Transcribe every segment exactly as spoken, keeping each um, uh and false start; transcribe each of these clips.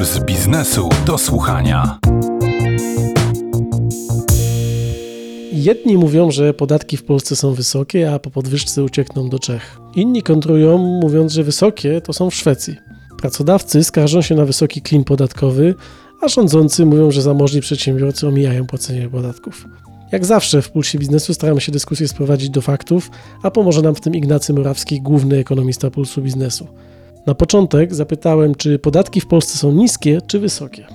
Puls biznesu do słuchania. Jedni mówią, że podatki w Polsce są wysokie, a po podwyżce uciekną do Czech. Inni kontrują, mówiąc, że wysokie to są w Szwecji. Pracodawcy skarżą się na wysoki klin podatkowy, a rządzący mówią, że zamożni przedsiębiorcy omijają płacenie podatków. Jak zawsze w Pulsie Biznesu staramy się dyskusję sprowadzić do faktów, a pomoże nam w tym Ignacy Morawski, główny ekonomista Pulsu Biznesu. Na początek zapytałem, czy podatki w Polsce są niskie czy wysokie.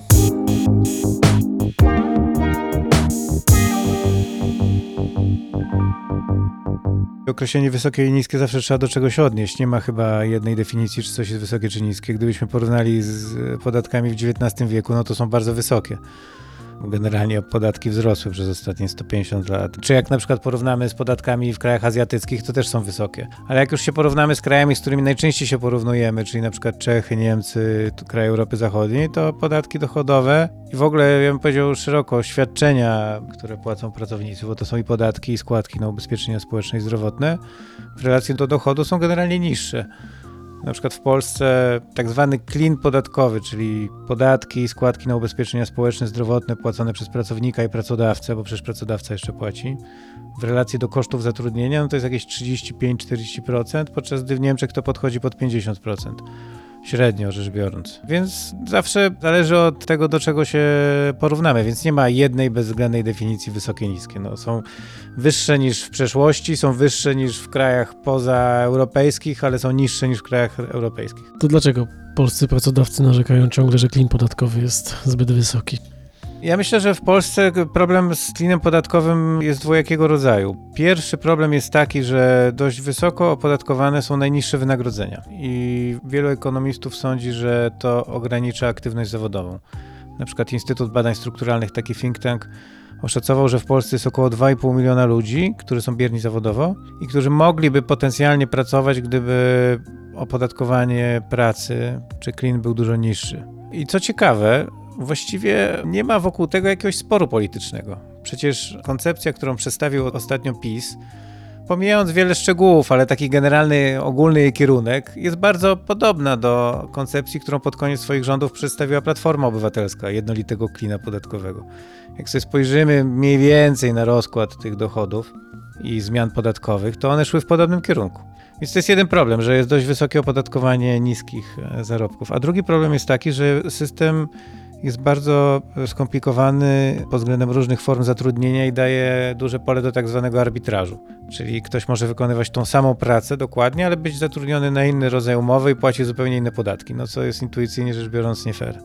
Określenie wysokie i niskie zawsze trzeba do czegoś odnieść. Nie ma chyba jednej definicji, czy coś jest wysokie, czy niskie. Gdybyśmy porównali z podatkami w dziewiętnastym wieku, no to są bardzo wysokie. Generalnie podatki wzrosły przez ostatnie sto pięćdziesiąt lat. Czy jak na przykład porównamy z podatkami w krajach azjatyckich, to też są wysokie. Ale jak już się porównamy z krajami, z którymi najczęściej się porównujemy, czyli na przykład Czechy, Niemcy, kraje Europy Zachodniej, to podatki dochodowe i w ogóle, ja bym powiedział szeroko, świadczenia, które płacą pracownicy, bo to są i podatki, i składki na ubezpieczenia społeczne i zdrowotne, w relacji do dochodu są generalnie niższe. Na przykład w Polsce tak zwany klin podatkowy, czyli podatki, składki na ubezpieczenia społeczne, zdrowotne płacone przez pracownika i pracodawcę, bo przecież pracodawca jeszcze płaci, w relacji do kosztów zatrudnienia, no to jest jakieś trzydzieści pięć do czterdziestu procent, podczas gdy w Niemczech to podchodzi pod pięćdziesiąt procent. Średnio rzecz biorąc. Więc zawsze zależy od tego, do czego się porównamy, więc nie ma jednej bezwzględnej definicji wysokie, niskie. No, są wyższe niż w przeszłości, są wyższe niż w krajach pozaeuropejskich, ale są niższe niż w krajach europejskich. To dlaczego polscy pracodawcy narzekają ciągle, że klin podatkowy jest zbyt wysoki? Ja myślę, że w Polsce problem z klinem podatkowym jest dwojakiego rodzaju. Pierwszy problem jest taki, że dość wysoko opodatkowane są najniższe wynagrodzenia i wielu ekonomistów sądzi, że to ogranicza aktywność zawodową. Na przykład Instytut Badań Strukturalnych, taki think tank, oszacował, że w Polsce jest około dwa i pół miliona ludzi, którzy są bierni zawodowo i którzy mogliby potencjalnie pracować, gdyby opodatkowanie pracy czy klin był dużo niższy. I co ciekawe, właściwie nie ma wokół tego jakiegoś sporu politycznego. Przecież koncepcja, którą przedstawił ostatnio PiS, pomijając wiele szczegółów, ale taki generalny, ogólny jej kierunek, jest bardzo podobna do koncepcji, którą pod koniec swoich rządów przedstawiła Platforma Obywatelska, jednolitego klina podatkowego. Jak sobie spojrzymy mniej więcej na rozkład tych dochodów i zmian podatkowych, to one szły w podobnym kierunku. Więc to jest jeden problem, że jest dość wysokie opodatkowanie niskich zarobków. A drugi problem jest taki, że system jest bardzo skomplikowany pod względem różnych form zatrudnienia i daje duże pole do tak zwanego arbitrażu. Czyli ktoś może wykonywać tą samą pracę dokładnie, ale być zatrudniony na inny rodzaj umowy i płaci zupełnie inne podatki, no co jest intuicyjnie rzecz biorąc nie fair.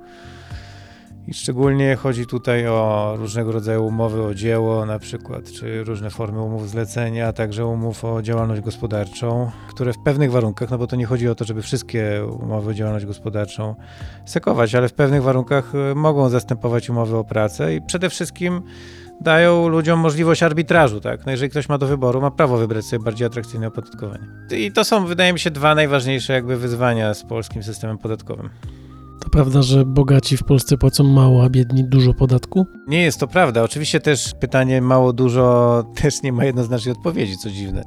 I szczególnie chodzi tutaj o różnego rodzaju umowy o dzieło na przykład, czy różne formy umów zlecenia, a także umów o działalność gospodarczą, które w pewnych warunkach, no bo to nie chodzi o to, żeby wszystkie umowy o działalność gospodarczą sekować, ale w pewnych warunkach mogą zastępować umowy o pracę i przede wszystkim dają ludziom możliwość arbitrażu, tak? No jeżeli ktoś ma do wyboru, ma prawo wybrać sobie bardziej atrakcyjne opodatkowanie. I to są, wydaje mi się, dwa najważniejsze jakby wyzwania z polskim systemem podatkowym. To prawda, że bogaci w Polsce płacą mało, a biedni dużo podatku? Nie jest to prawda. Oczywiście też pytanie mało, dużo też nie ma jednoznacznej odpowiedzi, co dziwne.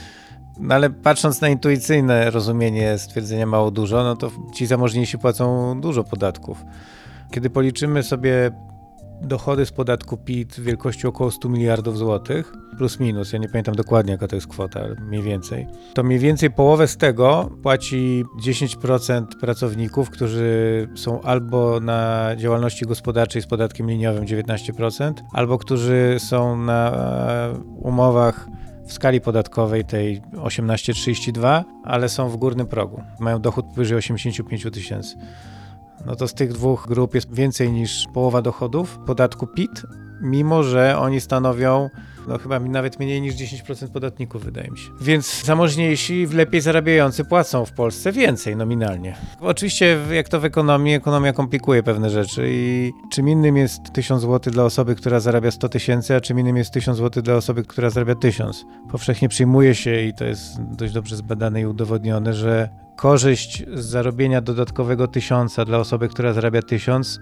No ale patrząc na intuicyjne rozumienie stwierdzenia mało, dużo, no to ci zamożniejsi płacą dużo podatków. Kiedy policzymy sobie dochody z podatku P I T w wielkości około sto miliardów złotych, plus minus, ja nie pamiętam dokładnie jaka to jest kwota, ale mniej więcej, to mniej więcej połowę z tego płaci dziesięć procent pracowników, którzy są albo na działalności gospodarczej z podatkiem liniowym dziewiętnaście procent, albo którzy są na umowach w skali podatkowej tej osiemnaście trzydzieści dwa, ale są w górnym progu, mają dochód powyżej osiemdziesiąt pięć tysięcy. No to z tych dwóch grup jest więcej niż połowa dochodów podatku P I T, mimo że oni stanowią no chyba nawet mniej niż dziesięć procent podatników, wydaje mi się. Więc zamożniejsi, lepiej zarabiający płacą w Polsce więcej nominalnie. Oczywiście jak to w ekonomii, ekonomia komplikuje pewne rzeczy i czym innym jest tysiąc złotych dla osoby, która zarabia sto tysięcy, a czym innym jest tysiąc złotych dla osoby, która zarabia tysiąc. Powszechnie przyjmuje się i to jest dość dobrze zbadane i udowodnione, że korzyść z zarobienia dodatkowego tysiąca dla osoby, która zarabia tysiąc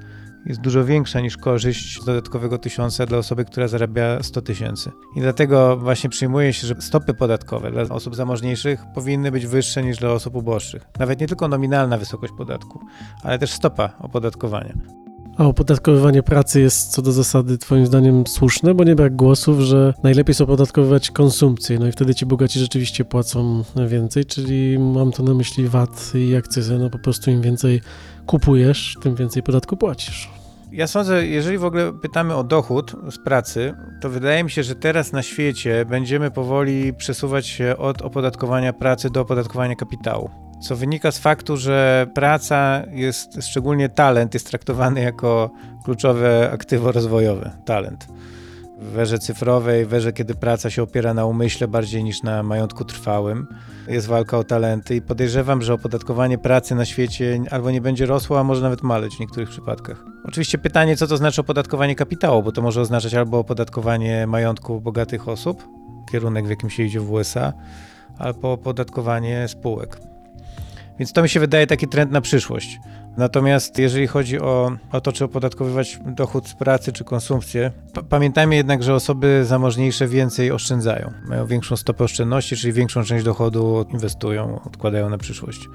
jest dużo większa niż korzyść z dodatkowego tysiąca dla osoby, która zarabia sto tysięcy. I dlatego właśnie przyjmuje się, że stopy podatkowe dla osób zamożniejszych powinny być wyższe niż dla osób uboższych. Nawet nie tylko nominalna wysokość podatku, ale też stopa opodatkowania. A opodatkowywanie pracy jest co do zasady twoim zdaniem słuszne, bo nie brak głosów, że najlepiej jest opodatkowywać konsumpcję, no i wtedy ci bogaci rzeczywiście płacą więcej, czyli mam tu na myśli V A T i akcyzę, no po prostu im więcej kupujesz, tym więcej podatku płacisz. Ja sądzę, jeżeli w ogóle pytamy o dochód z pracy, to wydaje mi się, że teraz na świecie będziemy powoli przesuwać się od opodatkowania pracy do opodatkowania kapitału. Co wynika z faktu, że praca jest, szczególnie talent, jest traktowany jako kluczowe aktywo rozwojowe. Talent. W erze cyfrowej, w erze, kiedy praca się opiera na umyśle bardziej niż na majątku trwałym, jest walka o talenty i podejrzewam, że opodatkowanie pracy na świecie albo nie będzie rosło, a może nawet maleć w niektórych przypadkach. Oczywiście pytanie, co to znaczy opodatkowanie kapitału, bo to może oznaczać albo opodatkowanie majątku bogatych osób, kierunek w jakim się idzie w U S A, albo opodatkowanie spółek. Więc to mi się wydaje taki trend na przyszłość. Natomiast jeżeli chodzi o, o to, czy opodatkowywać dochód z pracy, czy konsumpcję, p- pamiętajmy jednak, że osoby zamożniejsze więcej oszczędzają. Mają większą stopę oszczędności, czyli większą część dochodu inwestują, odkładają na przyszłość.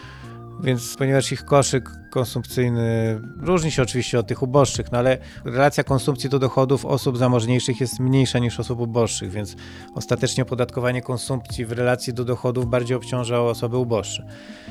Więc ponieważ ich koszyk konsumpcyjny różni się oczywiście od tych uboższych, no ale relacja konsumpcji do dochodów osób zamożniejszych jest mniejsza niż osób uboższych, więc ostatecznie opodatkowanie konsumpcji w relacji do dochodów bardziej obciąża osoby uboższe.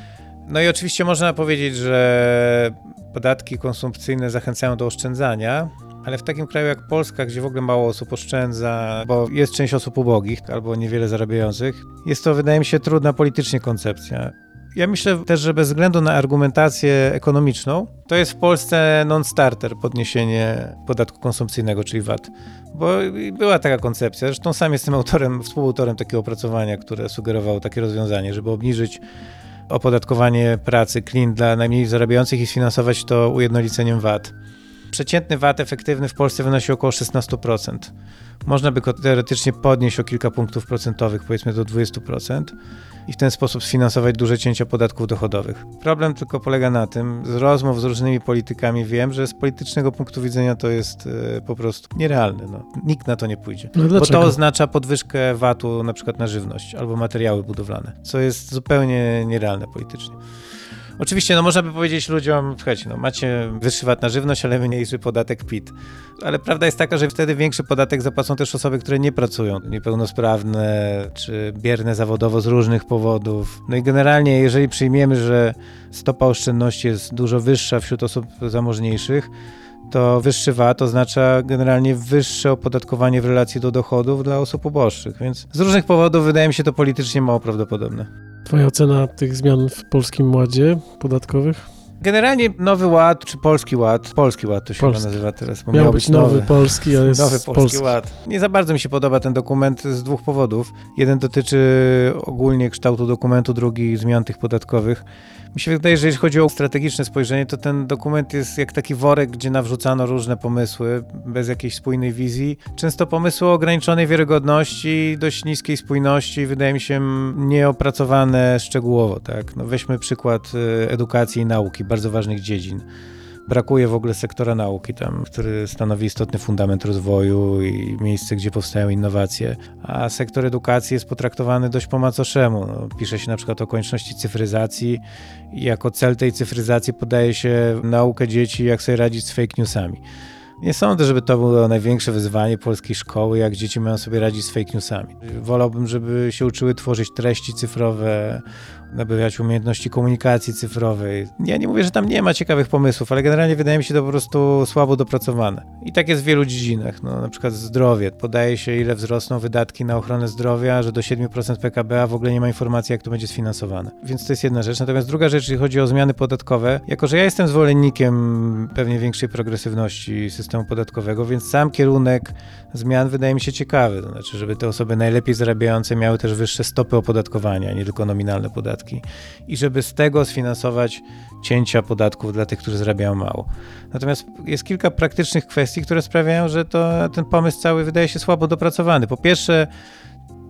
No i oczywiście można powiedzieć, że podatki konsumpcyjne zachęcają do oszczędzania, ale w takim kraju jak Polska, gdzie w ogóle mało osób oszczędza, bo jest część osób ubogich albo niewiele zarabiających, jest to, wydaje mi się, trudna politycznie koncepcja. Ja myślę też, że bez względu na argumentację ekonomiczną, to jest w Polsce non-starter podniesienie podatku konsumpcyjnego, czyli V A T. Bo była taka koncepcja, zresztą sam jestem autorem, współautorem takiego opracowania, które sugerowało takie rozwiązanie, żeby obniżyć opodatkowanie pracy, klin dla najmniej zarabiających i sfinansować to ujednoliceniem V A T. Przeciętny V A T efektywny w Polsce wynosi około szesnaście procent. Można by go teoretycznie podnieść o kilka punktów procentowych, powiedzmy do dwadzieścia procent i w ten sposób sfinansować duże cięcia podatków dochodowych. Problem tylko polega na tym, z rozmów z różnymi politykami wiem, że z politycznego punktu widzenia to jest e, po prostu nierealne. No. Nikt na to nie pójdzie. No bo dlaczego? to oznacza podwyżkę V A T-u na przykład na żywność albo materiały budowlane, co jest zupełnie nierealne politycznie. Oczywiście, no można by powiedzieć ludziom, słuchajcie, no macie wyższy V A T na żywność, ale mniejszy podatek P I T. Ale prawda jest taka, że wtedy większy podatek zapłacą też osoby, które nie pracują, niepełnosprawne czy bierne zawodowo z różnych powodów. No i generalnie, jeżeli przyjmiemy, że stopa oszczędności jest dużo wyższa wśród osób zamożniejszych, to wyższy V A T oznacza generalnie wyższe opodatkowanie w relacji do dochodów dla osób uboższych, więc z różnych powodów wydaje mi się to politycznie mało prawdopodobne. Twoja ocena tych zmian w Polskim Ładzie podatkowych? Generalnie Nowy Ład, czy Polski Ład, Polski Ład to się Polski. chyba nazywa teraz, bo Miał być nowy polski, ale jest Nowy Polski, polski. Ład. Nie za bardzo mi się podoba ten dokument z dwóch powodów. Jeden dotyczy ogólnie kształtu dokumentu, drugi zmian tych podatkowych. Mi się wydaje, że jeśli chodzi o strategiczne spojrzenie, to ten dokument jest jak taki worek, gdzie nawrzucano różne pomysły bez jakiejś spójnej wizji. Często pomysły o ograniczonej wiarygodności, dość niskiej spójności, wydaje mi się nieopracowane szczegółowo. Tak? No weźmy przykład edukacji i nauki, bardzo ważnych dziedzin. Brakuje w ogóle sektora nauki, tam, który stanowi istotny fundament rozwoju i miejsce, gdzie powstają innowacje, a sektor edukacji jest potraktowany dość po macoszemu. No, pisze się na przykład o konieczności cyfryzacji i jako cel tej cyfryzacji podaje się naukę dzieci, jak sobie radzić z fake newsami. Nie sądzę, żeby to było największe wyzwanie polskiej szkoły, jak dzieci mają sobie radzić z fake newsami. Wolałbym, żeby się uczyły tworzyć treści cyfrowe, nabywać umiejętności komunikacji cyfrowej. Ja nie mówię, że tam nie ma ciekawych pomysłów, ale generalnie wydaje mi się to po prostu słabo dopracowane. I tak jest w wielu dziedzinach, no, na przykład zdrowie. Podaje się, ile wzrosną wydatki na ochronę zdrowia, że do siedem procent P K B, a w ogóle nie ma informacji, jak to będzie sfinansowane. Więc to jest jedna rzecz. Natomiast druga rzecz, jeśli chodzi o zmiany podatkowe, jako że ja jestem zwolennikiem pewnie większej progresywności systemu podatkowego, więc sam kierunek zmian wydaje mi się ciekawy. To znaczy, żeby te osoby najlepiej zarabiające miały też wyższe stopy opodatkowania, nie tylko nominalne podatki. I żeby z tego sfinansować cięcia podatków dla tych, którzy zarabiają mało. Natomiast jest kilka praktycznych kwestii, które sprawiają, że to, ten pomysł cały wydaje się słabo dopracowany. Po pierwsze,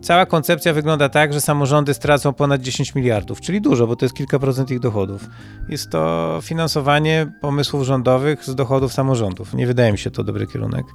Cała koncepcja wygląda tak, że samorządy stracą ponad dziesięć miliardów, czyli dużo, bo to jest kilka procent ich dochodów. Jest to finansowanie pomysłów rządowych z dochodów samorządów. Nie wydaje mi się to dobry kierunek.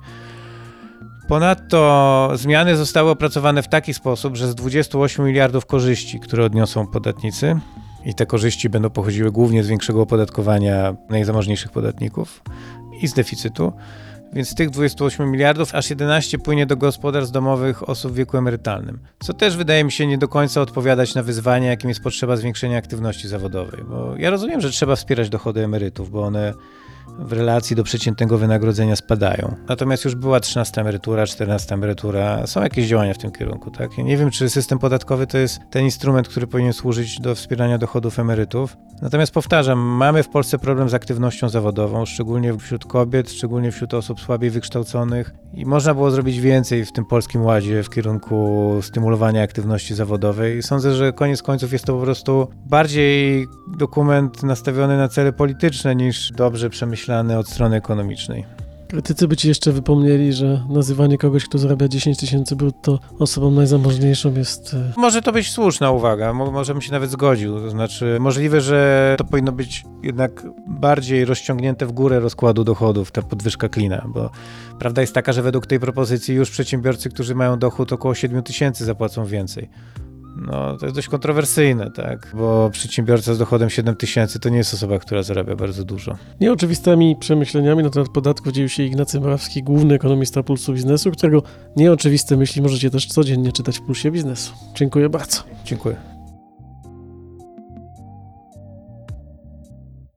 Ponadto zmiany zostały opracowane w taki sposób, że z dwudziestu ośmiu miliardów korzyści, które odniosą podatnicy, i te korzyści będą pochodziły głównie z większego opodatkowania najzamożniejszych podatników i z deficytu, więc z tych dwudziestu ośmiu miliardów aż jedenaście płynie do gospodarstw domowych osób w wieku emerytalnym, co też wydaje mi się nie do końca odpowiadać na wyzwania, jakim jest potrzeba zwiększenia aktywności zawodowej, bo ja rozumiem, że trzeba wspierać dochody emerytów, bo one w relacji do przeciętnego wynagrodzenia spadają. Natomiast już była trzynasta emerytura, czternasta emerytura, są jakieś działania w tym kierunku, tak? Ja nie wiem, czy system podatkowy to jest ten instrument, który powinien służyć do wspierania dochodów emerytów. Natomiast powtarzam, mamy w Polsce problem z aktywnością zawodową, szczególnie wśród kobiet, szczególnie wśród osób słabiej wykształconych i można było zrobić więcej w tym Polskim Ładzie w kierunku stymulowania aktywności zawodowej. Sądzę, że koniec końców jest to po prostu bardziej dokument nastawiony na cele polityczne niż dobrze przemyślany od strony ekonomicznej. Krytycy by ci jeszcze wypomnieli, że nazywanie kogoś, kto zarabia dziesięć tysięcy brutto osobą najzamożniejszą jest... Może to być słuszna uwaga, mo- może bym się nawet zgodził. To znaczy możliwe, że to powinno być jednak bardziej rozciągnięte w górę rozkładu dochodów, ta podwyżka klina, bo prawda jest taka, że według tej propozycji już przedsiębiorcy, którzy mają dochód około siedmiu tysięcy zapłacą więcej. No, to jest dość kontrowersyjne, tak, bo przedsiębiorca z dochodem siedem tysięcy to nie jest osoba, która zarabia bardzo dużo. Nieoczywistymi przemyśleniami na temat podatków dzielił się Ignacy Morawski, główny ekonomista Pulsu Biznesu, którego nieoczywiste myśli możecie też codziennie czytać w Pulsie Biznesu. Dziękuję bardzo. Dziękuję.